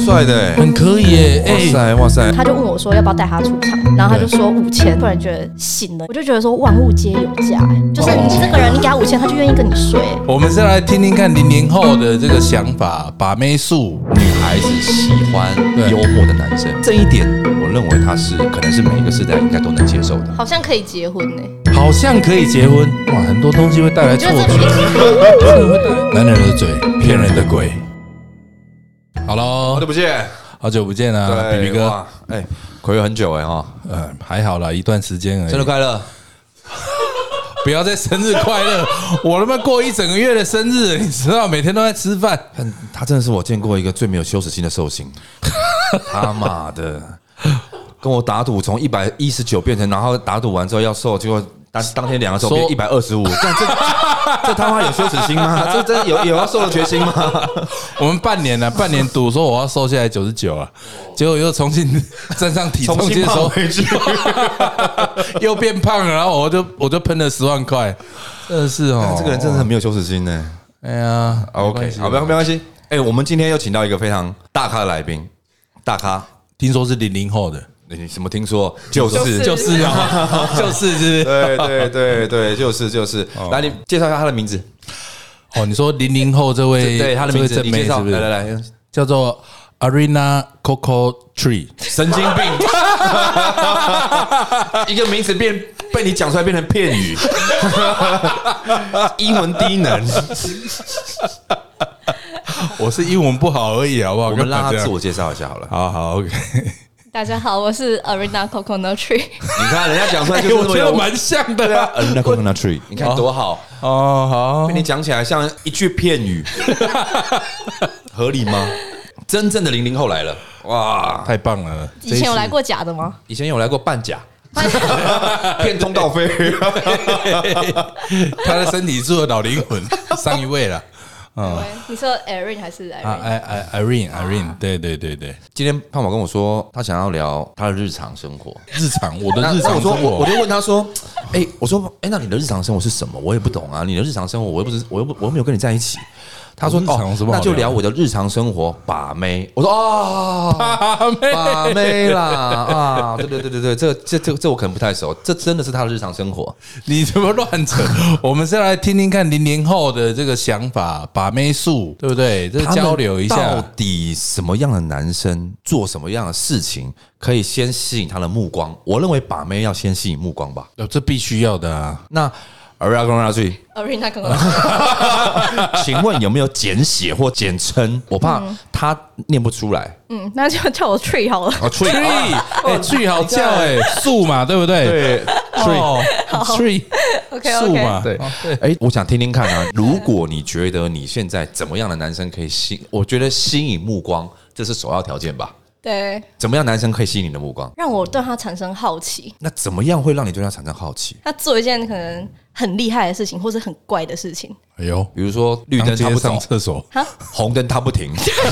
帅的， 很可以耶！ 哇塞哇塞！ 他就问我说要不要带他出场，然后他就说5000，突然觉得醒了，我就觉得说万物皆有价，就是你这个人你给他5000，他就愿意跟你睡。 我们是来听听看00后的这个想法，把妹术。 女孩子喜欢幽默的男生，这一点我认为他是可能是每一个世代应该都能接受的。 好像可以结婚呢， 好像可以结婚哇！很多东西会带来错觉，男人的嘴骗人的鬼。好喽， 好久不见， 好久不见啊，比比哥， 暌违很久哈， 还好啦，一段时间而已。 生日快乐！ 不要再生日快乐！我他妈过一整个月的生日，你知道，每天都在吃饭。 他真的是我见过一个最没有羞耻心的寿星，他妈的，跟我打赌从119变成，然后打赌完之后要瘦，结果当天量的时候变125，这他妈有羞耻心吗？这真的有要瘦的决心吗？ 我们半年赌说我要瘦下来99啊，结果又重新站上体重机的时候又变胖了，然后我就喷了10万块，真的是哦， 这个人真的很没有羞耻心呢。 哎呀 ，OK， 好，没关系。我们今天又请到一个非常大咖的来宾，大咖， 听说是00后的。 你什么听说？就是是不是？ 对，就是。来，你介绍一下他的名字。 哦，你说00后这位， 对他的名字， 你介绍， 来， 叫做 Arena Coco Tree， 神经病，一个名词被你讲出来变成片语，英文低能。 我是英文不好而已，好不好？ 我们让他自我介绍一下好了。 好 ，OK。 大家好，我是 Arena Coconut Tree。 你看人家讲出来就是我觉得蛮像的啊 ，Arena Coconut Tree， 你看多好哦，好， 被你讲起来像一句片语，合理吗？真正的00后来了，哇， 太棒了！ 以前有来过假的吗？ 以前有来过半假，骗中道飞， 他的身体住了老灵魂，上一位了。 你说 Irene 还是 Irene？Irene， 对。 今天胖宝跟我说，他想要聊他的日常生活。 我的日常生活， 我就问他说：“我说，那你的日常生活是什么？我也不懂啊，你的日常生活，我又没有跟你在一起。”他说：“那就聊我的日常生活，把妹。”我说：“把妹啦啊！对，这我可能不太熟，这真的是他的日常生活。 你怎么乱扯？我们是来听听看00后的这个想法，把妹术，对不对？这交流一下， 到底什么样的男生做什么样的事情可以先吸引他的目光？我认为把妹要先吸引目光吧， 这必须要的啊。 那。 Arena 刚刚， 请问有没有简写或简称？我怕他念不出来。 那就叫我 Tree 好了。 Tree 好叫树嘛，对不对？ 对 ，Tree OK 树嘛， 对。我想听听看啊，如果你觉得你现在怎么样的男生可以我觉得吸引目光，这是首要条件吧？ 对， 怎么样男生可以吸引你的目光？ 让我对他产生好奇。 那怎么样会让你对他产生好奇？ 他做一件可能很厉害的事情，或是很怪的事情。 哎呦， 比如说绿灯他不走， 上厕所， 红灯他不停。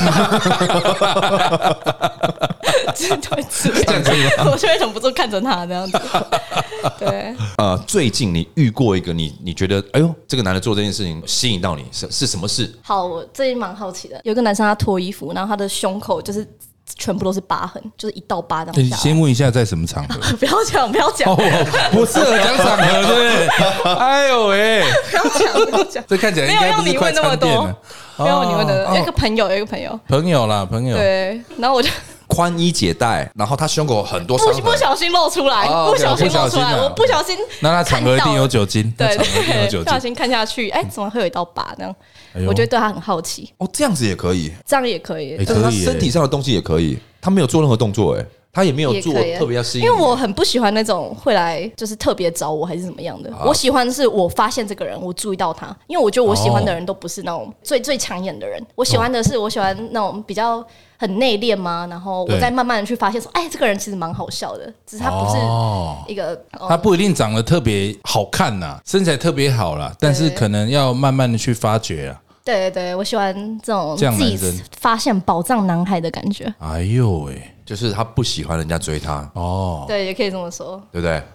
这样子，我就会忍不住看着他这样子。对， 最近你遇过一个你觉得哎呦这个男的做这件事情吸引到你是什么事？ 好，我最近蛮好奇的，有一个男生他脱衣服，然后他的胸口就是全部都是疤痕，就是一道疤这样下来。 先问一下在什么场合？ 不要讲， 不适合讲场合，对不对？哎呦喂， 不要讲， 这看起来应该不是快餐店了。 没有你问的，有一个朋友， 朋友， 对，然后我就。 宽衣解带，然后他胸口很多伤痕， 不小心露出来，我不小心。 那他场合一定有酒精， 对，不小心看下去，怎么会有一道疤呢？我觉得对他很好奇。 这样子也可以， 这样也可以， 但是他身体上的东西也可以，他没有做任何动作，他也没有做特别要吸引， 因为我很不喜欢那种会来就是特别找我还是怎么样的。我喜欢的是我发现这个人，我注意到他，因为我觉得我喜欢的人都不是那种最抢眼的人。我喜欢的是我喜欢那种比较很内敛嘛，然后我再慢慢的去发现说，这个人其实蛮好笑的，只是他不是一个， 他不一定长得特别好看呐，身材特别好啦，但是可能要慢慢的去发掘啊。 对，我喜欢这种自己发现宝藏男孩的感觉。 哎呦喂， 就是他不喜欢人家追他对，也可以这么说， 对不对？ 对。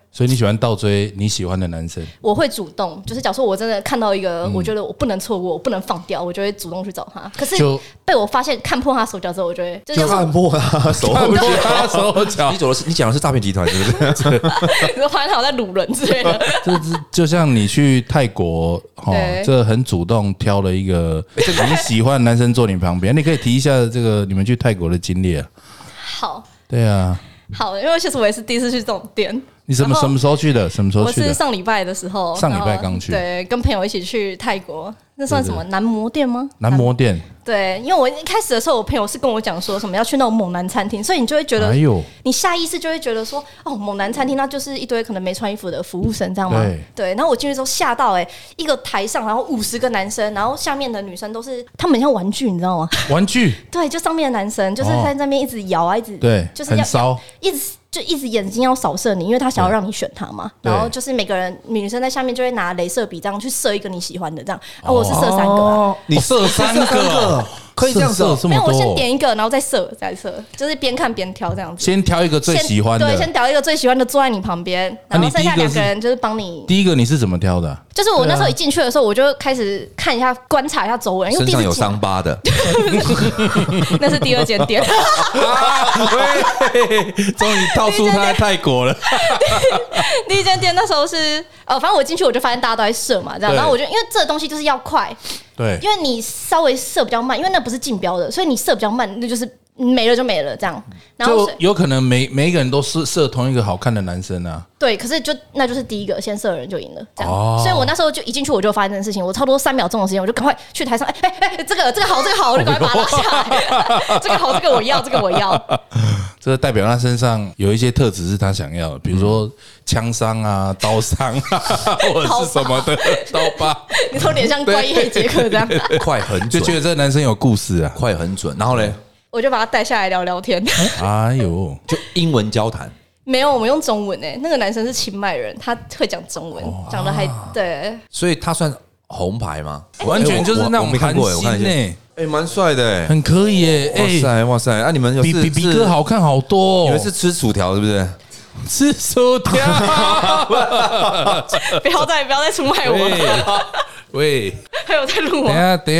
所以你喜欢倒追你喜欢的男生？ 我会主动，就是假如说我真的看到一个，我觉得我不能错过，我不能放掉，我就会主动去找他。可是被我发现看破他手脚之后，我就会就看破他手脚。你讲的是诈骗集团是不是？ 你说发现他有在掳人之类的。 就像你去泰国，这很主动挑了一个你喜欢的男生坐你旁边，你可以提一下这个你们去泰国的经历啊。 好， 对啊， 好，因为其实我也是第一次去这种店。 你什么时候去的？什么时候去的？ 我是上礼拜的时候， 上礼拜刚去。 对，跟朋友一起去泰国，那算什么男模店吗？ 男模店。 对，因为我一开始的时候，我朋友是跟我讲说什么要去那种猛男餐厅，所以你就会觉得，你下意识就会觉得说，哦，猛男餐厅那就是一堆可能没穿衣服的服务生，这样吗？对。然后我进去之后吓到，一个台上，然后50个男生，然后下面的女生都是他们像玩具，你知道吗？ 玩具。 对，就上面的男生就是在那边一直摇啊，一直对， 就是要一直眼睛要扫射你，因为他想要让你选他嘛。然后就是每个人女生在下面就会拿雷射笔这样去射一个你喜欢的这样。我是射3个啊。 你射3个， 可以这样射没有，我先点一个，然后再射，就是边看边挑这样子。 先挑一个最喜欢的， 对，先挑一个最喜欢的坐在你旁边，然后剩下2个人就是帮你。 第一个你是怎么挑的？ 就是我那时候一进去的时候，我就开始看一下、观察一下周围，因为身上有伤疤的， 那是第2间店。 终于套出他在泰国了。 第1间店那时候是反正我进去我就发现大家都在射嘛，这样，然后我就因为这东西就是要快， 对， 因为你稍微射比较慢，因为那不是竞标的，所以你射比较慢，那就是没了就没了这样。然后就有可能每一个人都是射同一个好看的男生啊。 对，可是那就是第一个先射的人就赢了，这样。所以我那时候就一进去我就发现这件事情，我差不多3秒钟的时间，我就赶快去台上，这个好，我就赶快把它拉下来。这个好，这个我要，这个我要。 这代表他身上有一些特质是他想要的，比如说枪伤啊、刀伤啊，或者是什么的刀疤。 你说脸像怪异黑杰克这样， 快很准， 就觉得这个男生有故事啊， 快很准。然后嘞， 我就把他带下来聊聊天。 哎呦， 就英文交谈。 没有，我们用中文那个男生是清迈人，他会讲中文，讲的还对。 所以他算红牌吗？ 完全就是那种韩星呢。 蛮帅的很可以耶！ 哇塞！啊，你们有比哥好看好多。 你们是吃薯条是不是？ 吃薯条！ 不要再出卖我了。 喂， 还有在录吗？ 等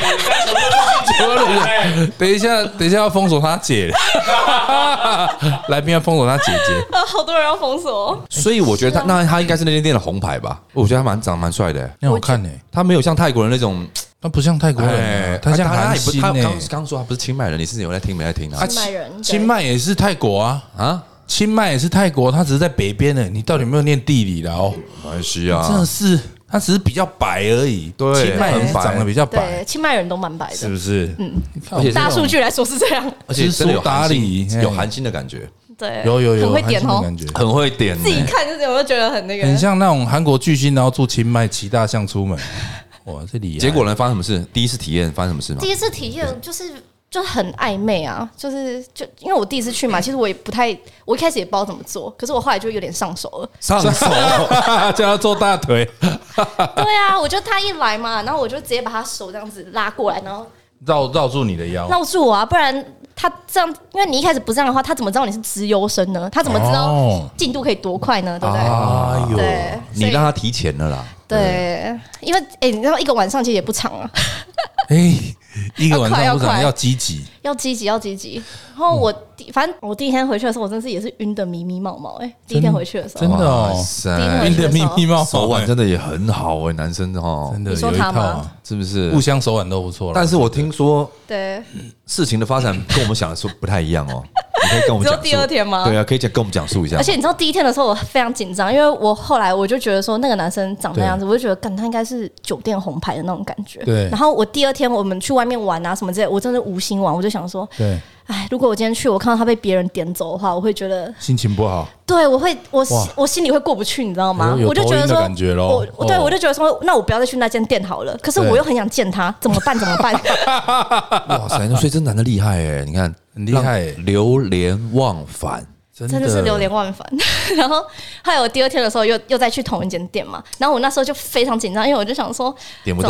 一下要封锁他姐，来宾要封锁他姐姐。 好多人要封锁。 所以我觉得他应该是那间店的红牌吧？我觉得他长得蛮帅的， 很好看呢。 他没有像泰国人那种。 他不像泰国人，他像韩星。 他刚说他不是清迈人，你是有在听没在听啊？ 清迈人， 清迈也是泰国啊，清迈也是泰国，他只是在北边的。你到底有没有念地理啦？ 没关系啊， 真的是，他只是比较白而已。对，清迈人长得比较白， 清迈人都蛮白的， 是不是？ 而且大数据来说是这样， 而且真的有打理， 有韩星的感觉。 对， 有很会点哦， 很会点， 自己看就是有没有觉得很那个， 很像那种韩国巨星，然后住清迈骑大象出门。哇，这里结果呢？发生什么事？第一次体验发生什么事吗？ 第一次体验就很暧昧啊，就因为我第一次去嘛，其实我也不太，我一开始也不知道怎么做，可是我后来就有点上手了。 上手叫他做大腿。 对啊，我就他一来嘛，然后我就直接把他手这样子拉过来，然后绕住你的腰， 绕住我啊，不然他这样，因为你一开始不这样的话，他怎么知道你是资优生呢？他怎么知道进度可以多快呢？对不对？ 哎呦， 对， 你让他提前了啦。 对，因为你知道一个晚上其实也不长啊。 一个晚上不长，要积极。然后反正我第一天回去的时候，我真是也是晕的迷迷毛毛第一天回去的时候， 真的哦，晕的迷迷毛毛， 手腕真的也很好男生真的。 你说他吗？ 是不是？ 互相手腕都不错。 但是我听说， 对事情的发展跟我们想的说不太一样哦。你可以跟我们讲述。 只有第2天吗？ 对啊，可以跟我们讲述一下。 而且你知道第1天的时候我非常紧张，因为我后来我就觉得说那个男生长那样子，我就觉得他应该是酒店红牌的那种感觉。 对。 然后我第2天我们去外面玩啊什么之类，我真的无心玩，我就想说， 对。 如果我今天去，我看到他被别人点走的话，我会觉得心情不好。 对，我心里会过不去，你知道吗？我就觉得说，我就觉得说，那我不要再去那间店好了。可是我又很想见他，怎么办？ 哇塞，所以这男的厉害你看很厉害， 流连忘返。 真的是流连忘返。然后还有第2天的时候又再去同一间店嘛，然后我那时候就非常紧张，因为我就想说点不到。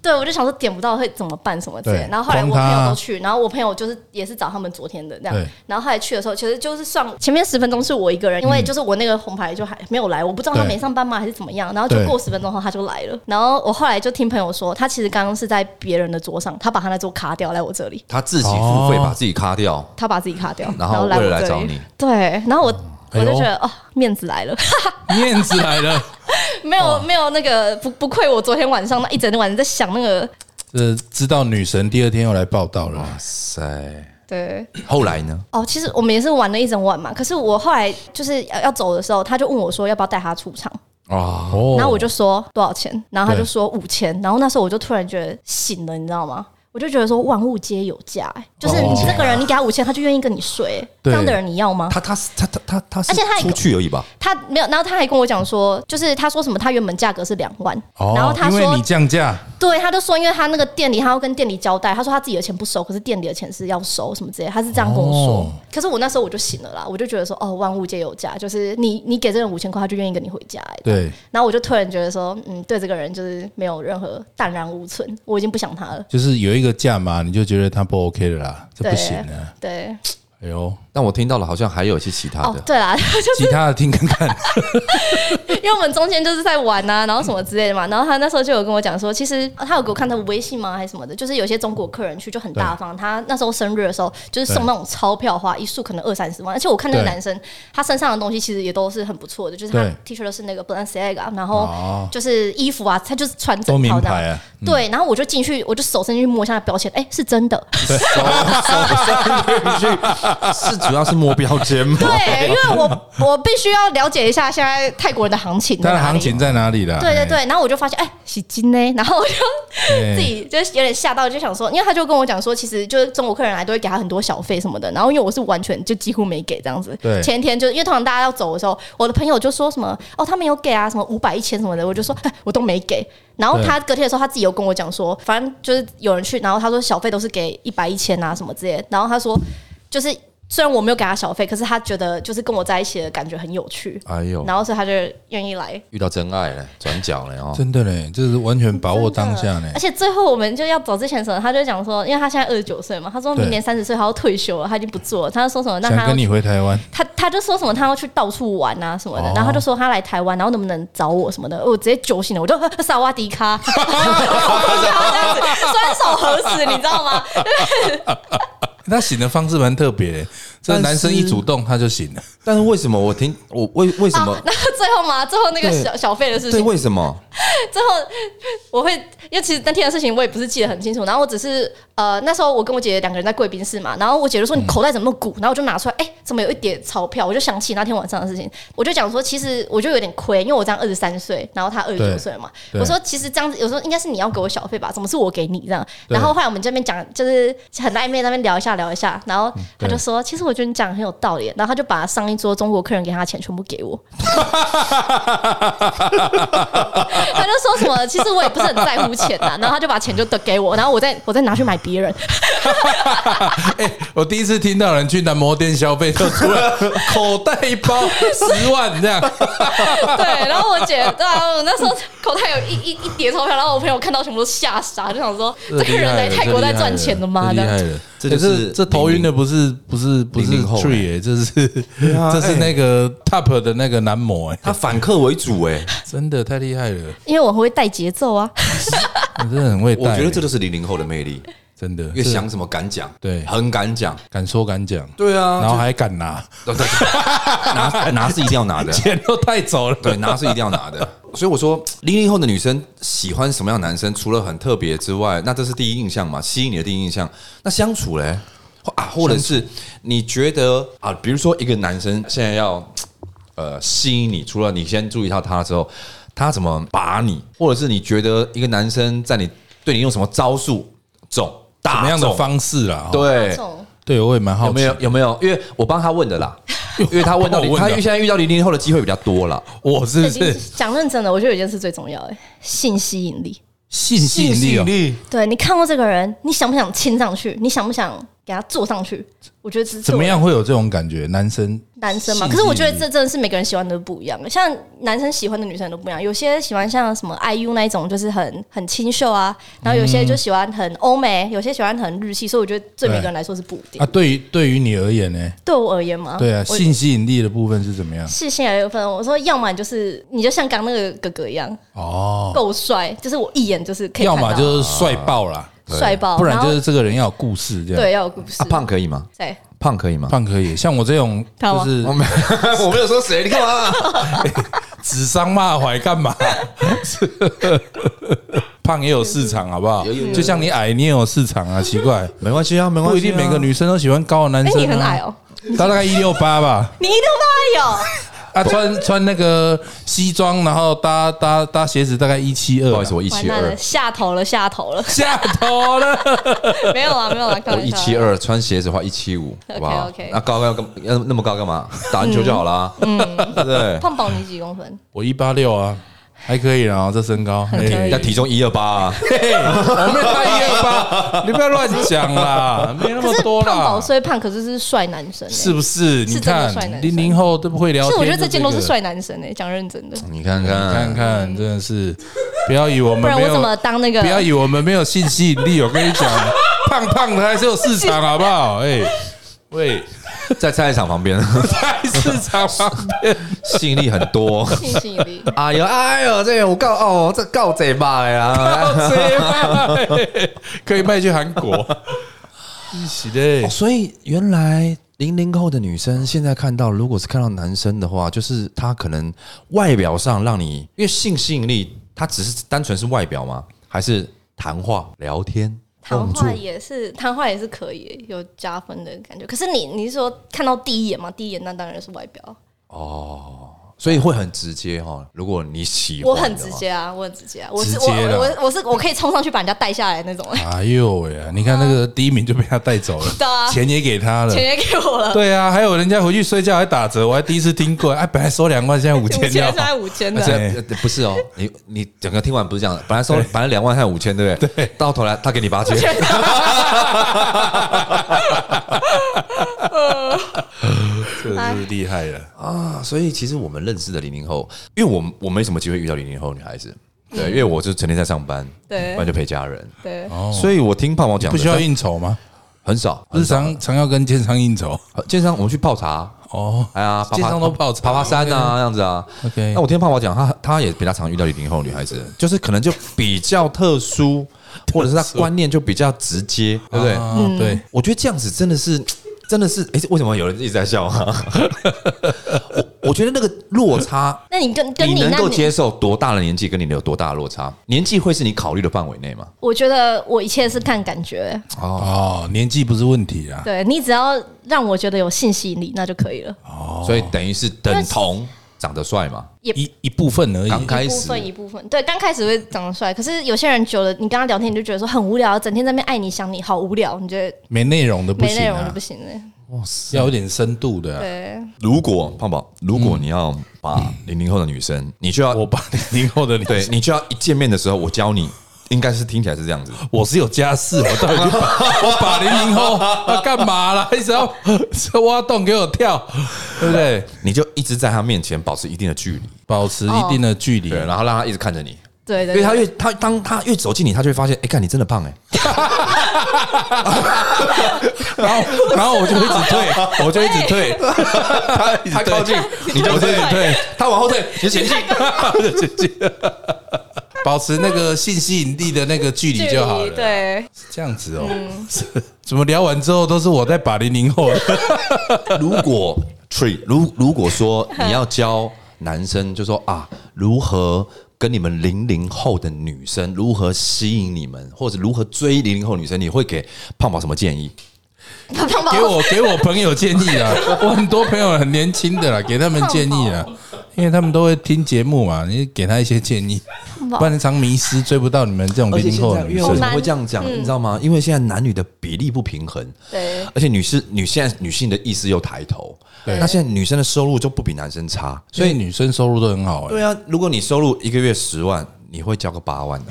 对，我就想说点不到会怎么办什么之类的。然后后来我朋友都去，然后我朋友就是也是找他们昨天的这样。然后后来去的时候，其实就是上前面10分钟是我一个人，因为就是我那个红牌就还没有来，我不知道他没上班吗还是怎么样。然后就过10分钟后他就来了。然后我后来就听朋友说，他其实刚刚是在别人的桌上，他把他那桌卡掉来我这里， 他自己付费把自己卡掉， 他把自己卡掉， 然后为了来找你。 对，然后我就觉得哦，面子来了， 面子来了。 没有那个不愧我昨天晚上那一整天晚上在想那个， 知道女神第2天又来报道了。哇塞！ 对， 后来呢？ 哦，其实我们也是玩了一整晚嘛。可是我后来就是要走的时候，他就问我说要不要带他出场。然后我就说多少钱，然后他就说5000。然后那时候我就突然觉得醒了，你知道吗？我就觉得说万物皆有价，就是你这个人，你给他5000，他就愿意跟你睡，这样的人你要吗？ 他而且他出去而已吧， 他没有，然后他还跟我讲说，就是他说什么，他原本价格是2万，然后他说因为你降价， 对，他就说因为他那个店里他要跟店里交代，他说他自己的钱不收，可是店里的钱是要收什么之类，他是这样跟我说。可是我那时候我就醒了啦，我就觉得说哦，万物皆有价，就是你给这人5000块，他就愿意跟你回家。 对， 然后我就突然觉得说，对这个人就是没有任何淡然无存，我已经不想他了。 就是有一个价码，你就觉得他不 OK 了啦，这不行啊。 对。 哎呦！ 但我听到了，好像还有一些其他的。 对啦，就是其他的听看看。 因为我们中间就是在玩啊，然后什么之类的嘛。然后他那时候就有跟我讲说，其实他有给我看他的微信吗，还是什么的？就是有些中国客人去就很大方，他那时候生日的时候就是送那种钞票花，一束可能20-30万。而且我看那个男生他身上的东西其实也都是很不错的，就是他 T 恤都是那个 Balenciaga， 然后就是衣服啊，他就是穿整套这样。对，然后我就进去，我就手伸进去摸一下标签，是真的。手伸进去。是主要是摸标签吗？ 对，因为我必须要了解一下现在泰国人的行情， 它的行情在哪里啦？ 对，然后我就发现洗金呢，然后我就自己就有点吓到，就想说，因为他就跟我讲说，其实就是中国客人来都会给他很多小费什么的，然后因为我是完全就几乎没给这样子。对，前一天就因为通常大家要走的时候，我的朋友就说什么他们有给啊，什么500、1000什么的，我就说我都没给。然后他隔天的时候，他自己有跟我讲说，反正就是有人去，然后他说小费都是给100、1000啊什么之类的，然后他说。就是虽然我没有给他小费，可是他觉得就是跟我在一起的感觉很有趣，然后所以他就愿意来。遇到真爱了，转角了哦， 真的嘞，就是完全把握当下嘞。 而且最后我们就要走之前的时候，他就讲说，因为他现在29岁嘛，他说明年30岁他要退休了，他已经不做了。他就说什么，那他想跟你回台湾， 他就说什么他要去到处玩啊什么的，然后他就说他来台湾，然后能不能找我什么的，我直接揪醒了，我就萨瓦迪卡，这样子双手合十，你知道吗？ 他醒的方式蛮特别的，这男生一主动他就醒了。 但是为什么为什么？ 那最后嘛，最后那个小费的事情， 对，为什么？ 最后我会，因为其实那天的事情我也不是记得很清楚，然后我只是那时候我跟我姐姐2个人在贵宾室嘛，然后我姐就说你口袋怎么那么鼓，然后我就拿出来，怎么有一叠钞票，我就想起那天晚上的事情，我就讲说其实我就有点亏，因为我这样23岁，然后他29岁嘛，我说其实这样子有时候应该是你要给我小费吧，怎么是我给你这样？然后后来我们这边讲就是很暧昧，那边聊一下，然后他就说其实我觉得你讲很有道理，然后他就把上一桌中国客人给他的钱全部给我，他就说什么其实我也不是很在乎钱啊，然后他就把钱就都给我，然后我再拿去买别人。 我第一次听到人去男模店消费就出了口袋一包10万这样。 对，然后我姐我那时候口袋有一叠钞票，然后我朋友看到全部都吓傻，就想说这个人来泰国在赚钱的吗？ 厉害了，这头晕的不是 Tree 这是那个 Top 的那个男模他反客为主真的太厉害了。 因为我会带节奏啊， 你真的很会带。 我觉得这就是00后的魅力。 真的， 越想什么敢讲， 对， 很敢讲， 敢说敢讲， 对啊， 然后还敢拿， 拿是一定要拿的， 钱都带走了， 对，拿是一定要拿的。所以我说，00后的女生喜欢什么样的男生？除了很特别之外，那这是第一印象嘛，吸引你的第一印象。那相处嘞或者是你觉得比如说一个男生现在要吸引你，除了你先注意到他之后，他怎么把你，或者是你觉得一个男生在对你用什么招数什么样的方式啦？ 对， 我也蛮好奇有没有？因为我帮他问的啦，因为他问到他现在遇到00后的机会比较多了。 我是不是讲认真的？我觉得有一件事最重要性吸引力。 性吸引力， 对，你看过这个人，你想不想亲上去？你想不想给他坐上去。我觉得是怎么样会有这种感觉？男生嘛，可是我觉得这真的是每个人喜欢的不一样，像男生喜欢的女生都不一样，有些喜欢像什么 IU 那一种，就是很清秀啊，然后有些就喜欢很欧美，有些喜欢很日系，所以我觉得对每个人来说是不一定啊。对于你而言呢？ 对我而言嘛， 对啊，性吸引力的部分是怎么样？ 性吸引力的部分，我说要么你就像刚那个哥哥一样，够帅，就是我一眼就是可以看到， 要么就是帅爆啦。 帅爆， 不然就是这个人要有故事，这样对，要有故事。 胖可以吗？ 对， 胖可以吗？ 胖可以，像我这种就是我没有说谁，你干嘛？ 指桑骂槐干嘛？胖也有市场，好不好？就像你矮，你也有市场啊，奇怪， 没关系啊，没关系， 不一定每个女生都喜欢高的男生。 你很矮哦， 他大概168吧？ 你168有？ 啊，穿那个西装，然后搭鞋子，大概172。 不好意思，我172， 下头了。没有啦， 我172，穿鞋子的话175，好不好？那高要那么高干嘛？打篮球就好啦，对不对？ 胖宝你几公分？ 我186啊。还可以啦，这身高， 但体重128啊， 我没有他128，你不要乱讲啦，没那么多啦。 胖宝虽胖，可是帅男生， 是不是？你看00后都不会聊天， 是我觉得这件都是帅男生诶，讲认真的。 你看看， 真的是，不要以为我们没有， 不然我怎么当那个？ 不要以为我们没有性吸引力，我跟你讲，胖的还是有市场，好不好？喂。 在菜市场旁边， 菜市场旁边， 吸引力很多， 性吸引力。 哎呦，这我这够贼卖啊， 可以卖去韩国。是的， 所以原来00后的女生现在看到，如果是看到男生的话，就是他可能外表上让你，因为性吸引力，它只是单纯是外表吗？还是谈话聊天？ 谈话也是可以有加分的感觉，可是你是说看到第一眼吗？第一眼那当然是外表哦，所以会很直接哈。如果你喜欢， 我很直接啊，我可以冲上去把人家带下来那种。 哎呦喂啊！你看那个第一名就被他带走了，钱也给他了， 钱也给我了。 对啊，还有人家回去睡觉还打折，我还第一次听过。哎，本来收2万，现在5000， 现在5000的， 不是哦？你整个听完不是这样，本来2万，现在5000，对不对？对，到头来他给你8000。 这是厉害了啊！所以其实我们认识的00后，因为我没什么机会遇到00后女孩子，对，因为我就成天在上班，对，不然就陪家人， 对， 所以我听胖宝讲， 不需要应酬吗？ 很少， 不是常要跟奸商应酬， 奸商我们去泡茶哦，哎呀， 奸商都泡茶， 爬山啊这样子啊。OK， 那我听胖宝讲，他也比较常遇到00后女孩子，就是可能就比较特殊，或者是他观念就比较直接，对不对？ 对， 我觉得这样子真的是，为什么有人一直在笑啊？我觉得那个落差， 那你你能够接受多大的年纪跟你有多大的落差？年纪会是你考虑的范围内吗？ 我觉得我一切是看感觉。 哦，年纪不是问题啊。 对，你只要让我觉得有性吸引力，那就可以了。 哦，所以等于是等同长得帅嘛， 一部分而已。 刚开始一部分，对，刚开始会长得帅，可是有些人久了，你跟他聊天，你就觉得说很无聊，整天在那边爱你想你，好无聊，你觉得没内容的不行， 没内容就不行了。 哇塞，要有点深度的。 对， 如果胖宝，如果你要把00后的女生，你就要我把00后的女生， 对你就要一见面的时候，我教你。应该是听起来是这样子， 我是有家室，我到底我把00后要干嘛了？一直要挖洞给我跳，对不对？ 你就一直在他面前保持一定的距离， 保持一定的距离， 对，然后让他一直看着你， 对， 因为当他越走近你，他就会发现，哎，看你真的胖哎， 然后我就一直退， 他靠近你就一直退，他往后退，你前进， 保持那个性吸引力的那个距离就好了。 对， 是这样子哦。怎么聊完之后都是我在把00后？ 如果说你要教男生，就说啊，如何跟你们00后的女生如何吸引你们，或者如何追00后女生，你会给胖宝什么建议？ 给我朋友建议啦，我很多朋友很年轻的啦，给他们建议啦。因为他们都会听节目嘛，你给他一些建议，不然常迷失追不到你们这种00后的女生。 为什么会这样讲？你知道吗？因为现在男女的比例不平衡， 对， 而且现在女性的意识又抬头，对，那现在女生的收入就不比男生差， 所以女生收入都很好。 对啊，如果你收入一个月10万，你会交个8万的嘛？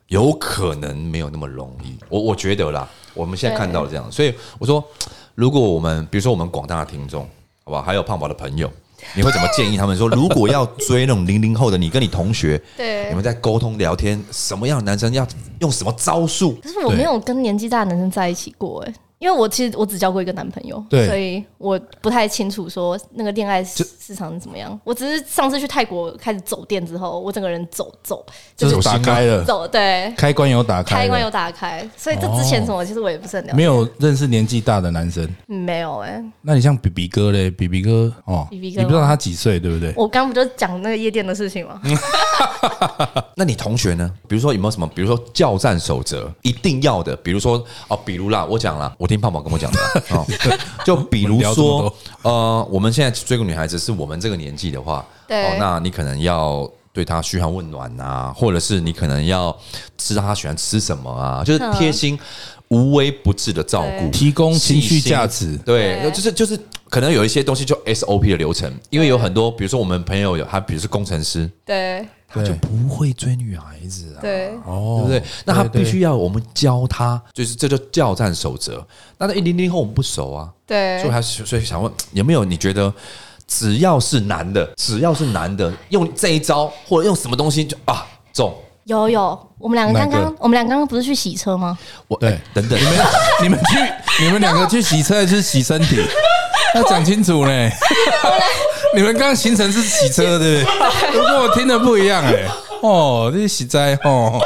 有可能没有那么容易。我觉得啦，我们现在看到了这样，所以我说，如果我们比如说我们广大的听众，好不好？还有胖宝的朋友。你会怎么建议他们说，如果要追那种00后的你跟你同学， 对， 你们在沟通聊天，什么样的男生要用什么招数？ 可是我没有跟年纪大的男生在一起过因为我其实我只交过一个男朋友，所以我不太清楚说那个恋爱市场是怎么样。我只是上次去泰国开始走店之后，我整个人走就是打开了， 走对， 开关有打开， 所以这之前什么其实我也不是很了解。 没有认识年纪大的男生， 没有那你像比比哥嘞？比比哥哦，你不知道他几岁对不对？ 我刚不就讲那个夜店的事情吗？ 那你同学呢？比如说有没有什么？比如说教战守则一定要的，比如说比如啦，我讲啦，我听胖宝跟我讲的就比如说我们现在追个女孩子是我们这个年纪的话，那你可能要对她嘘寒问暖啊，或者是你可能要知道她喜欢吃什么啊，就是贴心。无微不至的照顾， 提供情绪价值， 对，就是可能有一些东西就 SOP 的流程，因为有很多，比如说我们朋友他，比如是工程师， 对， 他就不会追女孩子啊， 对， 对不对？那他必须要我们教他，就是这就教战守则。那100后我们不熟啊， 对， 所以想问有没有你觉得？只要是男的，用这一招或者用什么东西就中。有，我们两个刚刚不是去洗车吗？对，等等， 你们两个去洗车还是洗身体？要讲清楚呢。你们刚刚行程是洗车对不对？如果我听的不一样这是洗灾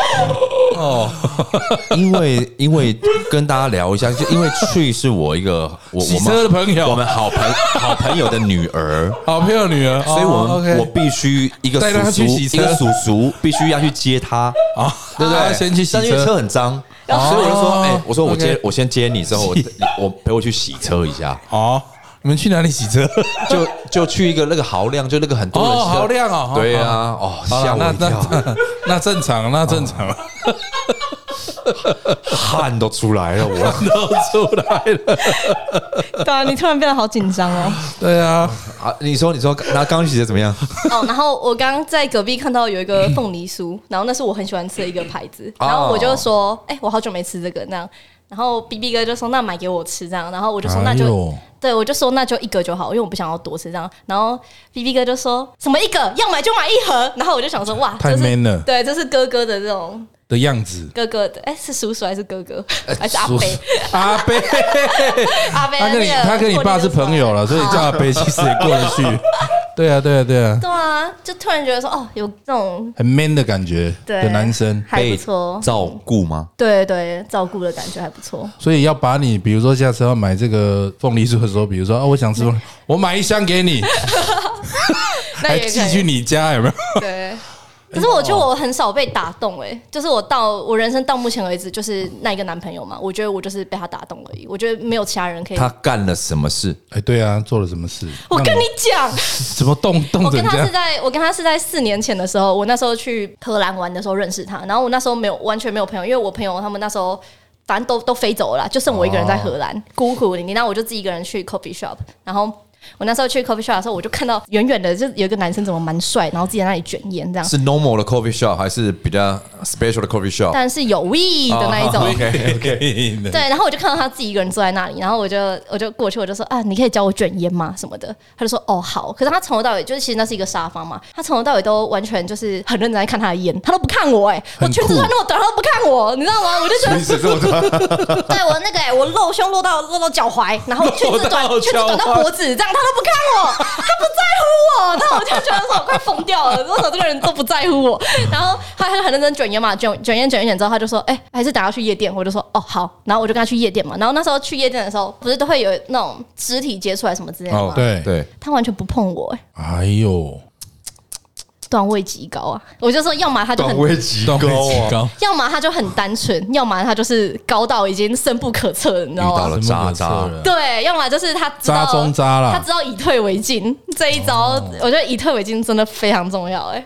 因为跟大家聊一下，就因为去是我一个洗车的朋友， 我们好朋友的女儿， 好朋友女儿， 所以我必须一个叔叔必须要去接她对不对？ 先去洗车， 但因为车很脏，所以我就说，我说我先接你之后，我陪我去洗车一下。 你们去哪里洗车？ 就去一个那个豪亮，就那个很多人豪亮对啊，吓我一跳。 那正常， 汗都出来了，我都出来了。 对啊，你突然变得好紧张哦。 对啊， 你说，那刚洗的怎么样？ 然后我刚在隔壁看到有一个凤梨酥，然后那是我很喜欢吃的一个牌子，然后我就说，我好久没吃这个那样。然后 BB 哥就说那买给我吃这样，然后我就说那就对我就说那就一个就好，因为我不想要多吃这样。然后 BB 哥就说什么一个要买就买一盒，然后我就想说哇， 太 man 了， 对，这是哥哥的这种的样子， 哥哥的是叔叔还是哥哥还是阿伯？ 阿伯， 阿伯， 他跟你爸是朋友了，所以叫阿伯其实也过得去。对啊， 就突然觉得说有这种很 man 的感觉的男生， 还不错， 照顾吗？ 对，照顾的感觉还不错。 所以要把你，比如说下次要买这个凤梨酥的时候，比如说我想吃，我买1箱给你，还寄去你家，有没有？ 对。可是我觉得我很少被打动就是我人生到目前为止就是那一个男朋友嘛，我觉得我就是被他打动而已，我觉得没有其他人可以。 他干了什么事？ 对啊，做了什么事？ 我跟你讲， 怎么动我跟他是在4年前的时候，我那时候去荷兰玩的时候认识他，然后我那时候完全没有朋友，因为我朋友他们那时候反正都飞走了啦，就剩我一个人在荷兰，孤苦伶仃，然后我就自己一个人去 coffee shop， 然后。我那时候去 coffee shop 的时候，我就看到远远的就有一个男生怎么蛮帅，然后自己在那里卷烟这样。 是 normal 的 coffee shop 还是比较 special 的 coffee shop？ 但是有 weed 的那一种。 OK。 对，然后我就看到他自己一个人坐在那里，然后我就过去，我就说你可以教我卷烟吗？什么的。他就说好。可是他从头到尾就是其实那是一个沙发嘛，他从头到尾都完全就是很认真在看他的烟，他都不看我我裙子穿那么短，他都不看我，你知道吗？我就觉得裙子这么短， 对我那个我露胸露到脚踝，然后裙子短到脖子这样。他都不看我，他不在乎我，那我就觉得说我快疯掉了，为什么这个人都不在乎我？然后他就很认真卷烟嘛，卷烟之后，他就说，还是等下去夜店。我就说，好，然后我就跟他去夜店嘛。然后那时候去夜店的时候，不是都会有那种肢体接触来什么之类的吗？ 对， 他完全不碰我， 哎呦。 段位极高啊！我就说，要么他就很段位极高， 要么他就很单纯，要么他就是高到已经深不可测了，你知道吗？ 遇到了渣， 对，要么就是他知道渣中渣啦， 他知道以退为进这一招，我觉得以退为进真的非常重要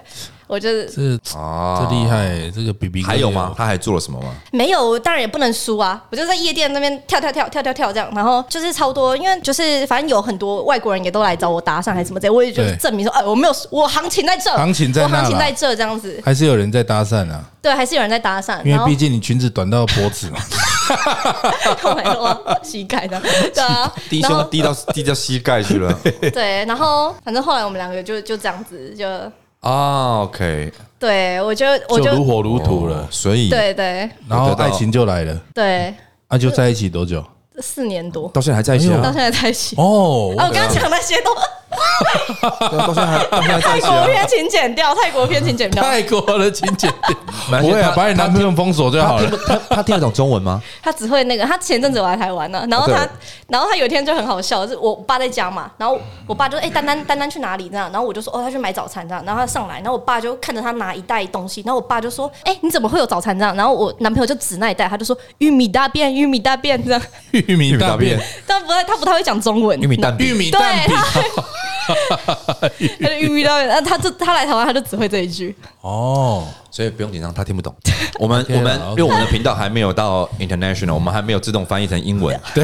我就是这厉害，这个 BB 还有吗？他还做了什么吗？ 没有，当然也不能输啊！我就在夜店那边跳这样，然后就是超多，因为就是反正有很多外国人也都来找我搭讪还是什么之类，我也就是证明说，我没有，我行情在这， 行情在这这样子， 还是有人在搭讪啊？ 对，还是有人在搭讪， 因为毕竟你裙子短到脖子嘛。 没有膝盖的，对啊， 低胸低到膝盖去了。 对，然后反正后来我们两个就这样子就 OK， 对我就如火如荼了， 所以对， 然后爱情就来了， 对， 就在一起多久 ？4年多， 到现在还在一起啊？ 到现在在一起哦。 我刚刚讲那些都。 到现在在一起啊？ 泰国片请剪掉，泰国片请剪掉， 泰国的请剪掉。不会啊，把你男朋友封锁就好了。 他听得懂中文吗？ 他只会那个。他前阵子我来台湾呢，然后他有一天就很好笑，是我爸在家嘛，然后我爸就丹丹去哪里这样，然后我就说他去买早餐这样，然后他上来，然后我爸就看着他拿一袋东西，然后我爸就说你怎么会有早餐这样？然后我男朋友就指那一袋，他就说玉米大便这样。 玉米大便， 他不太会讲中文。 玉米蛋饼， 对，他就玉米大便，他来台湾他就只会这一句。 所以不用紧张，他听不懂。我们因为我们的频道还没有到 international， 我们还没有自动翻译成英文。 对。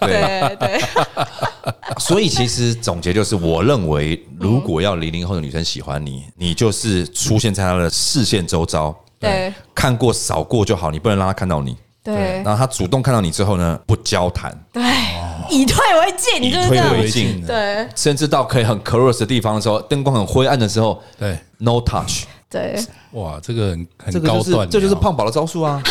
所以其实总结就是，我认为如果要00后的女生喜欢你，你就是出现在她的视线周遭， 对， 看过扫过就好，你不能让她看到你。 对， 然后她主动看到你之后呢，不交谈， 对，以退为进，就是这样。 以退为进， 对， 甚至到可以很 close 的地方的时候，灯光很灰暗的时候， 对 ，no touch。 对， 哇，这个很高段， 这就是胖宝的招数啊！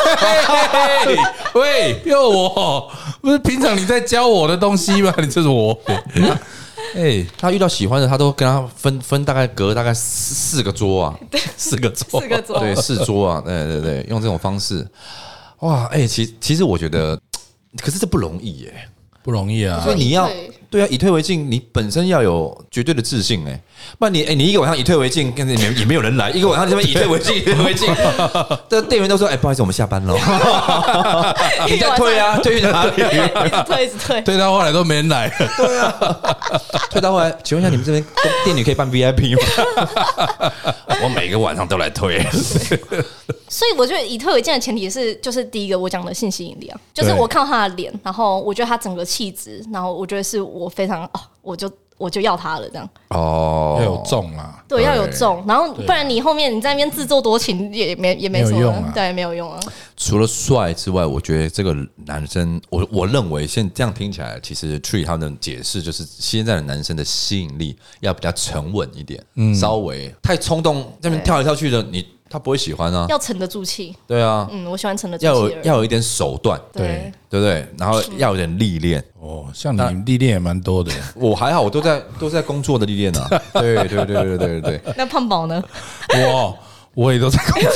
喂，又我不是平常你在教我的东西吗？你这是我。 他遇到喜欢的，他都跟他分大概隔大概4个桌啊 ，4个桌， 对，4桌啊，对，用这种方式，哇，其实我觉得，可是这不容易耶， 不容易啊， 所以你要。对啊，以退为进，你本身要有绝对的自信不然你一个晚上以退为进，也没有人来，一个晚上这边以退为进，以退为进，这店员都说不好意思，我们下班了，你再退啊，退去哪里？ 一直退， 退到后来都没人来。 对啊，退到后来，请问一下你们这边店里可以办 VIP 吗？我每个晚上都来退。 所以我觉得以退为进的前提就是第一个我讲的性吸引力啊，就是我看到他的脸，然后我觉得他整个气质，然后我觉得是我非常我就要他了这样。 要有重啊， 对，要有重，然后不然你后面你在那边自作多情也没什么用啊， 对，没有用啊。 除了帅之外，我觉得这个男生，我认为现在这样听起来，其实 Tree 他的解释就是现在的男生的吸引力要比较沉稳一点，稍微太冲动，那边跳来跳去的他不会喜欢啊， 要沉得住气。 对啊， 我喜欢沉得住气的人， 要有一点手段， 对不对？然后要有点历练。 像你历练也蛮多的。 我还好，我都在工作的历练啊。对。 那胖宝呢？ 我也都在工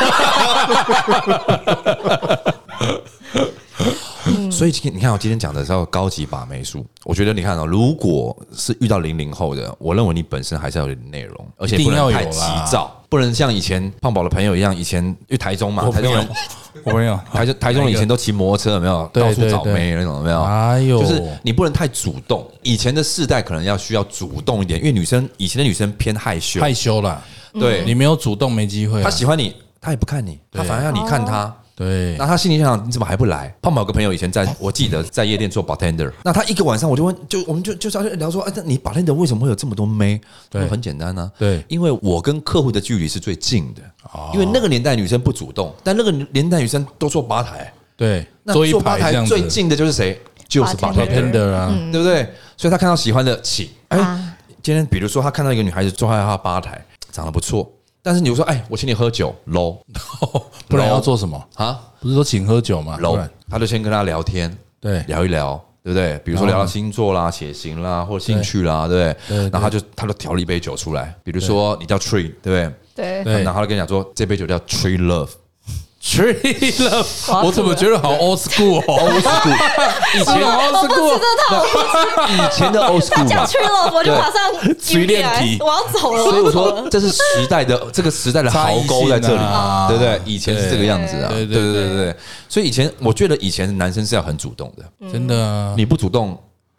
作。所以你看，我今天讲的是高级把妹术，我觉得你看如果是遇到00后的，我认为你本身还是要有点内容，而且不能太急躁，不能像以前胖宝的朋友一样，以前因为台中嘛，台中人我没有， 台中人以前都骑摩托车，有没有到处找妹那种，有没有？ 哎呦， 就是你不能太主动。以前的世代可能需要主动一点，因为以前的女生偏害羞啦， 对，你没有主动没机会。 她喜欢你，她也不看你，她反而要你看她。 对， 那他心里想你怎么还不来？胖宝有个朋友以前我记得在夜店做 bartender， 那他一个晚上我们就聊说，你 bartender 为什么会有这么多妹？对，很简单啊， 对， 因为我跟客户的距离是最近的，因为那个年代女生不主动，但那个年代女生都坐吧台， 对， 那坐吧台最近的就是谁？就是 bartender 啊，对不对？所以他看到喜欢的请，今天比如说他看到一个女孩子坐在他的吧台，长得不错。但是你说，我请你喝酒 ，low， 不然要做什么啊？不是说请喝酒吗 ？low， 他就先跟他聊天， 对， 聊一聊，对不对？比如说聊到星座啦、血型啦，或者兴趣啦，对不对？然后他就调了一杯酒出来，比如说你叫 Tree， 对不对？ 对。然后他就跟你讲说，这杯酒叫 Tree Love。Tree Love， 我怎么觉得好 old school 哦 ？old school， 以前 old school， 以前的 old school， 他讲 Tree Love， 我就马上举练题， 我要走了。 所以我说，这是这个时代的壕沟在这里，对不对？以前是这个样子啊，对。所以我觉得以前男生是要很主动的， 真的。 你不主动，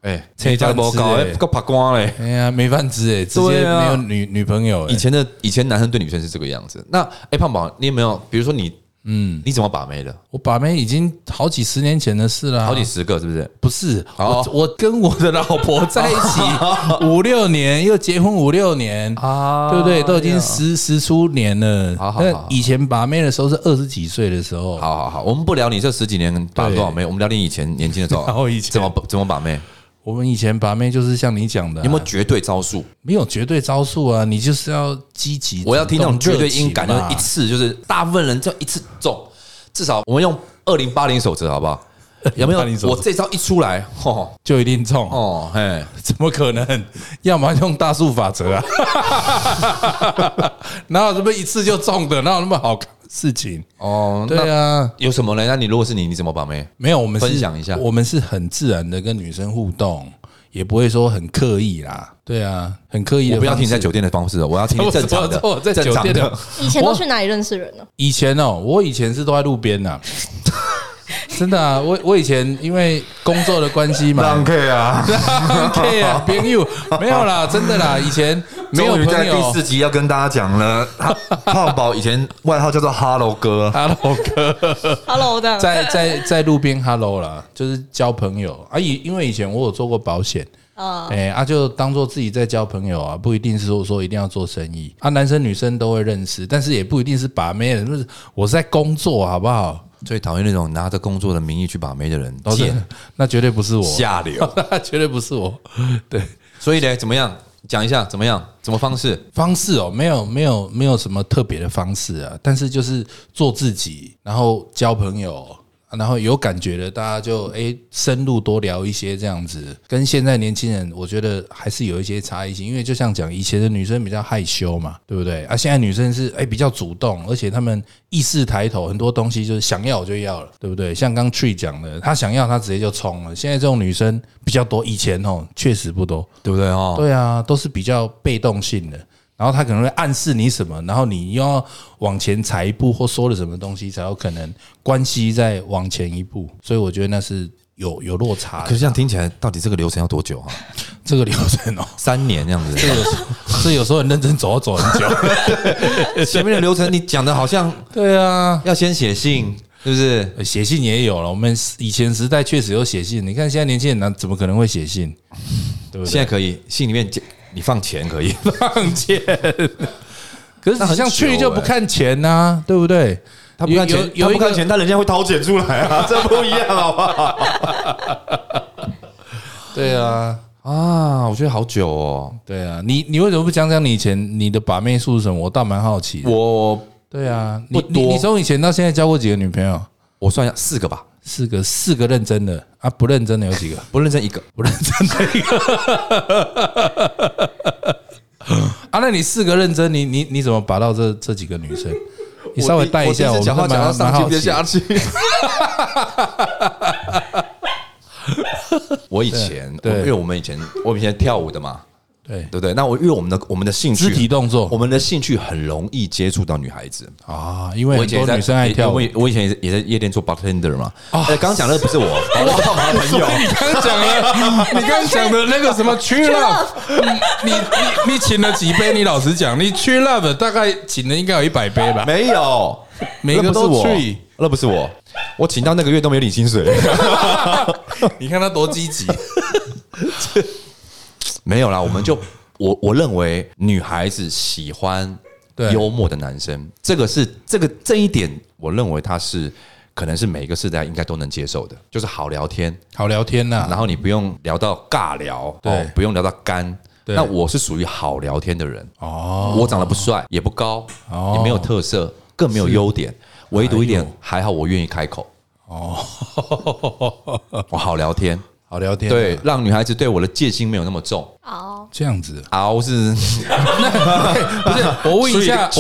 哎，这家不搞，够拍光嘞。 哎呀，没饭吃哎，直接没有女朋友。 以前男生对女生是这个样子。那胖宝，你有没有比如说你怎么把妹的？ 我把妹已经好几十年前的事了， 好几十个是不是？ 不是，我跟我的老婆在一起5-6年，又结婚5-6年啊，对不对？都已经十出年了。好，以前把妹的时候是20几岁的时候。 好，我们不聊你这10几年把多少妹，我们聊你以前年轻的时候。 然后以前怎么把妹？ 我们以前把妹就是像你讲的， 有没有绝对招数？ 没有绝对招数啊，你就是要积极。 我要听那种绝对音感，就是一次就是大部分人就一次中，至少我们用2080守则好不好？有没有？我这招一出来， 就一定中哦？嘿， 怎么可能？要么用大数法则啊，哪有这么一次就中的？哪有那么好事情？哦，对啊， 有什么呢？那你如果是你怎么把妹？ 没有，我们分享一下， 我们是很自然的跟女生互动。也不会说很刻意啦，对啊，很刻意的。 我不要听你在酒店的方式，我要听正常的。 在酒店的。 以前都去哪里认识人呢？ 以前我以前是都在路边呐。真的啊，我以前因为工作的关系嘛， 让 K 啊， 朋友没有啦，真的啦，以前没有朋友。 在第4集要跟大家讲了，胖宝以前外号叫做 Hello 哥 ，Hello 的， 在路边 Hello 啦，就是交朋友啊。因为以前我有做过保险。就当做自己在交朋友啊，不一定是说一定要做生意啊，男生女生都会认识，但是也不一定是把妹的，就是我是在工作，好不好？ 最讨厌那种拿着工作的名义去把妹的人， 那绝对不是我， 下流， 那绝对不是我。对， 所以呢，怎么样？讲一下怎么样？怎么方式？ 方式没有什么特别的方式啊，但是就是做自己，然后交朋友。然后有感觉的，大家就深入多聊一些这样子，跟现在年轻人，我觉得还是有一些差异性。因为就像讲以前的女生比较害羞嘛，对不对？现在女生是比较主动，而且她们意识抬头，很多东西就是想要我就要了，对不对？像刚 Tree 讲的，她想要她直接就冲了。现在这种女生比较多，以前确实不多， 对不对？ 对啊，都是比较被动性的。然后他可能会暗示你什么，然后你又要往前踩一步，或说了什么东西，才有可能关系再往前一步。所以我觉得那是有落差的。 可是这样听起来，到底这个流程要多久啊？ 这个流程 3年这样子。 这有时候很认真走很久。 前面的流程你讲的好像对啊， 要先写信，是不是？ 写信也有了，我们以前时代确实有写信。你看现在年轻人怎么可能会写信？对不对？ 现在可以，信里面你放钱可以放钱，可是像去就不看钱呐，对不对？ 他不看钱，他不看钱，但人家会掏钱出来啊，这不一样，好不好？ 对啊， 我觉得好久哦。 对啊，你为什么不讲你以前你的把妹数是什么？我倒蛮好奇的。对啊，你从以前到现在交过几个女朋友？ 我算一下，4个吧。 4个认真的啊，不认真的有几个？ 不认真1个， 不认真的1个。那你4个认真，你怎么把到这几个女生？你稍微带一下，我讲话讲到上去别下去。我以前，因为我们以前跳舞的嘛。对不对？那因为我们的兴趣， 肢体动作， 我们的兴趣很容易接触到女孩子啊，因为很多女生爱跳舞。 我以前也在夜店做 bartender 嘛。刚刚讲的不是我，我是胖宝的朋友。 你刚讲的那个什么 Tree Love， 你请了几杯？你老实讲，你 Tree Love 大概请了应该有100杯吧？ 没有， 每个都 Tree， 那不是我，我请到那个月都没有领薪水。 你看他多积极。 没有啦，我认为女孩子喜欢幽默的男生，这一点，我认为他是可能是每一个世代应该都能接受的，就是好聊天呐。然后你不用聊到尬聊，对，不用聊到干。那我是属于好聊天的人哦，我长得不帅，也不高，也没有特色，更没有优点，唯独一点还好，我愿意开口哦，我好聊天。 好聊天， 对，让女孩子对我的戒心没有那么重。 这样子， 是不是？我问一下，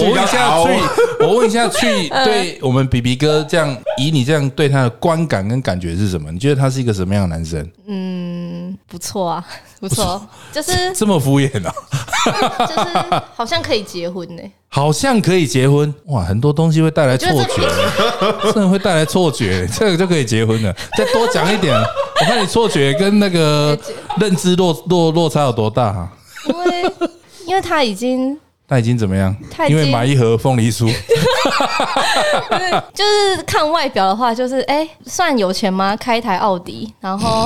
去对我们 BB 哥这样，以你这样对他的观感跟感觉是什么？你觉得他是一个什么样的男生？ 不错啊，不错，就是这么敷衍啊， 就是好像可以结婚呢。 好像可以结婚哇，很多东西会带来错觉，真的会带来错觉，这个就可以结婚了。再多讲一点，我看你错觉跟那个认知落差有多大啊？ 因为他已经怎么样？ 因为买一盒凤梨酥， 就是看外表的话，就是算有钱吗？开一台奥迪，然后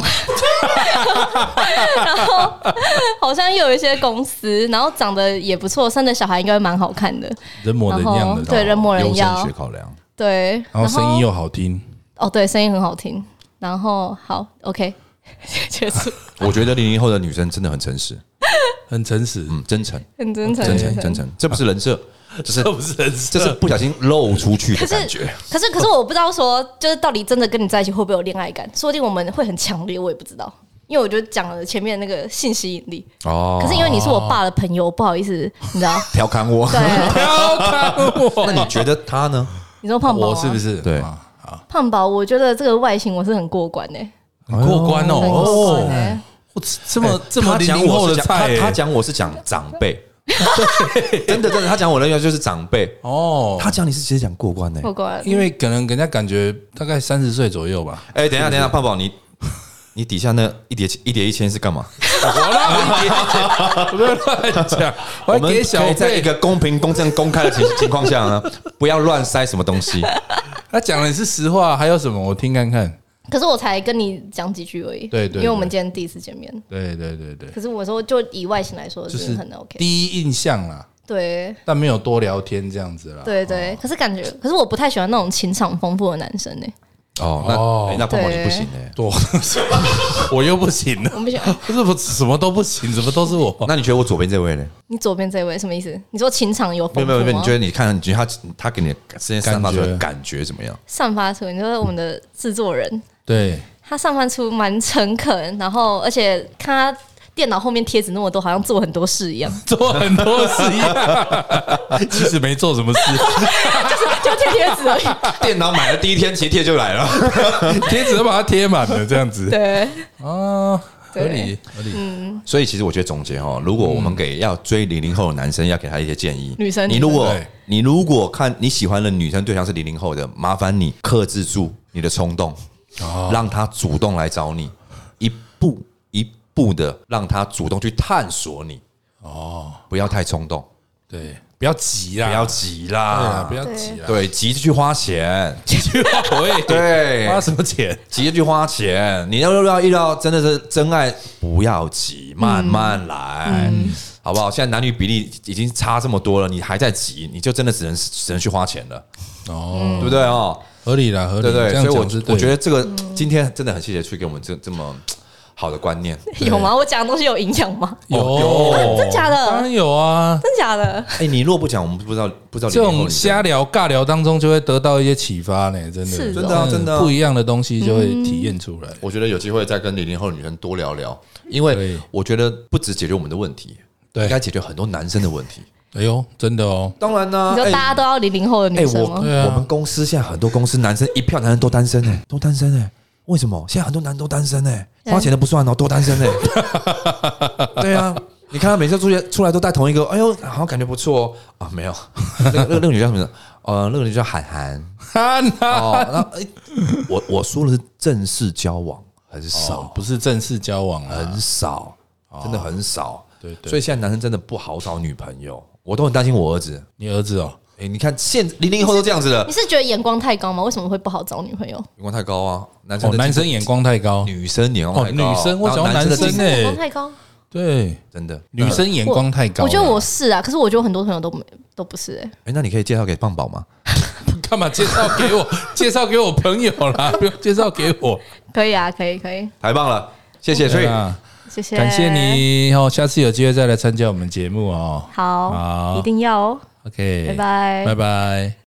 好像又有一些公司，然后长得也不错，生的小孩应该会蛮好看的， 人模人样的， 对，人模人样， 优生学考量， 对， 然后声音又好听， 对，声音很好听，然后好 OK 结束。 我觉得00后的女生真的很诚实。 很诚实， 真诚， 很真诚， 这不是人设， 这不是人设， 这是不小心露出去的感觉。 可是我不知道说，就是到底真的跟你在一起会不会有恋爱感？说不定我们会很强烈，我也不知道。因为我就讲了前面那个性吸引力哦，可是因为你是我爸的朋友，不好意思，你知道调侃我， 对， 调侃我。 那你觉得他呢？ 你说胖宝， 我是不是？ 对， 胖宝，我觉得这个外形我是很过关的， 很过关哦。这么00后的菜， 他讲我是讲长辈，真的，他讲我的就是长辈哦。他讲你是直接讲过关的， 过关， 因为可能人家感觉大概30岁左右吧。 等一下，胖宝，你底下那一叠1000是干嘛？ 我不要乱讲， 我们可以在一个公平、公正、公开的情况下呢，不要乱塞什么东西。 他讲的是实话，还有什么？我听看看。 可是我才跟你讲几句而已， 对， 因为我们今天第一次见面， 对。 可是我说，就以外形来说，就是很 OK， 第一印象啦， 对， 但没有多聊天这样子啦， 对。可是可是我不太喜欢那种情场丰富的男生呢。 那胖宝你不行哎， 我又不行了， 我不行， 不是我什么都不行，怎么都是我？ 那你觉得我左边这位呢？ 你左边这位什么意思？你说情场有丰富吗？ 没有，你觉得他给你之前散发出来的感觉怎么样？ 散发出，你说我们的制作人， 对， 他散发出蛮诚恳，然后而且看他电脑后面贴纸那么多，好像做很多事一样， 做很多事一样，其实没做什么事， 就贴贴纸而已。 电脑买了第一天，其实贴就来了， 贴纸都把它贴满了，这样子。 对， 合理。 所以其实我觉得总结如果我们要追00后的男生，要给他一些建议。 女生， 你如果看你喜欢的女生对象是00后的，麻烦你克制住你的冲动，让他主动来找你，一步的让他主动去探索你。不要太冲动， 对，不要急啦，不要急啦， 对，急着去花钱， 对，花什么钱？ 急着去花钱，你要遇到真的是真爱，不要急，慢慢来，好不好？现在男女比例已经差这么多了，你还在急，你就真的只能去花钱了，对不对哦？ 合理啦， 对对，所以我觉得这个今天真的很谢谢去给我们这么好的观念。 有吗？我讲的东西有影响吗？ 有， 真假的？ 当然有啊， 真假的？ 你若不讲，我们不知道。 这种瞎聊尬聊当中，就会得到一些启发呢，真的，真的不一样的东西就会体验出来。 我觉得有机会再跟00后的女生多聊聊，因为我觉得不只解决我们的问题，应该解决很多男生的问题。 哎呦，真的哦！ 当然啦， 你说大家都要00后的女生吗？ 我们公司现在很多公司男生一票男人都单身哎，都单身哎，为什么？现在很多男人都单身哎，花钱的不算哦，都单身哎。对啊，你看他每次出来都带同一个，哎呦，好像感觉不错哦啊，没有，那个女叫什么？那个女叫韩寒。哦，我说的是正式交往很少， 不是正式交往， 很少，真的很少。 对， 所以现在男生真的不好找女朋友，我都很担心我儿子。 你儿子哦？ 你看00后都这样子了， 你是觉得眼光太高吗？为什么会不好找女朋友？ 眼光太高啊，男生眼光太高， 女生眼光太高， 女生我喜欢男生眼光太高， 对， 真的， 女生眼光太高。 我觉得我是啊，可是我觉得很多朋友都不是那你可以介绍给胖宝吗？ 干嘛介绍给我？介绍给我朋友啦，不用介绍给我。 可以啊，可以， 太棒了，谢谢崔。 谢谢， 感谢你下次有机会再来参加我们节目哦。 好，一定要哦。 OK， 拜拜。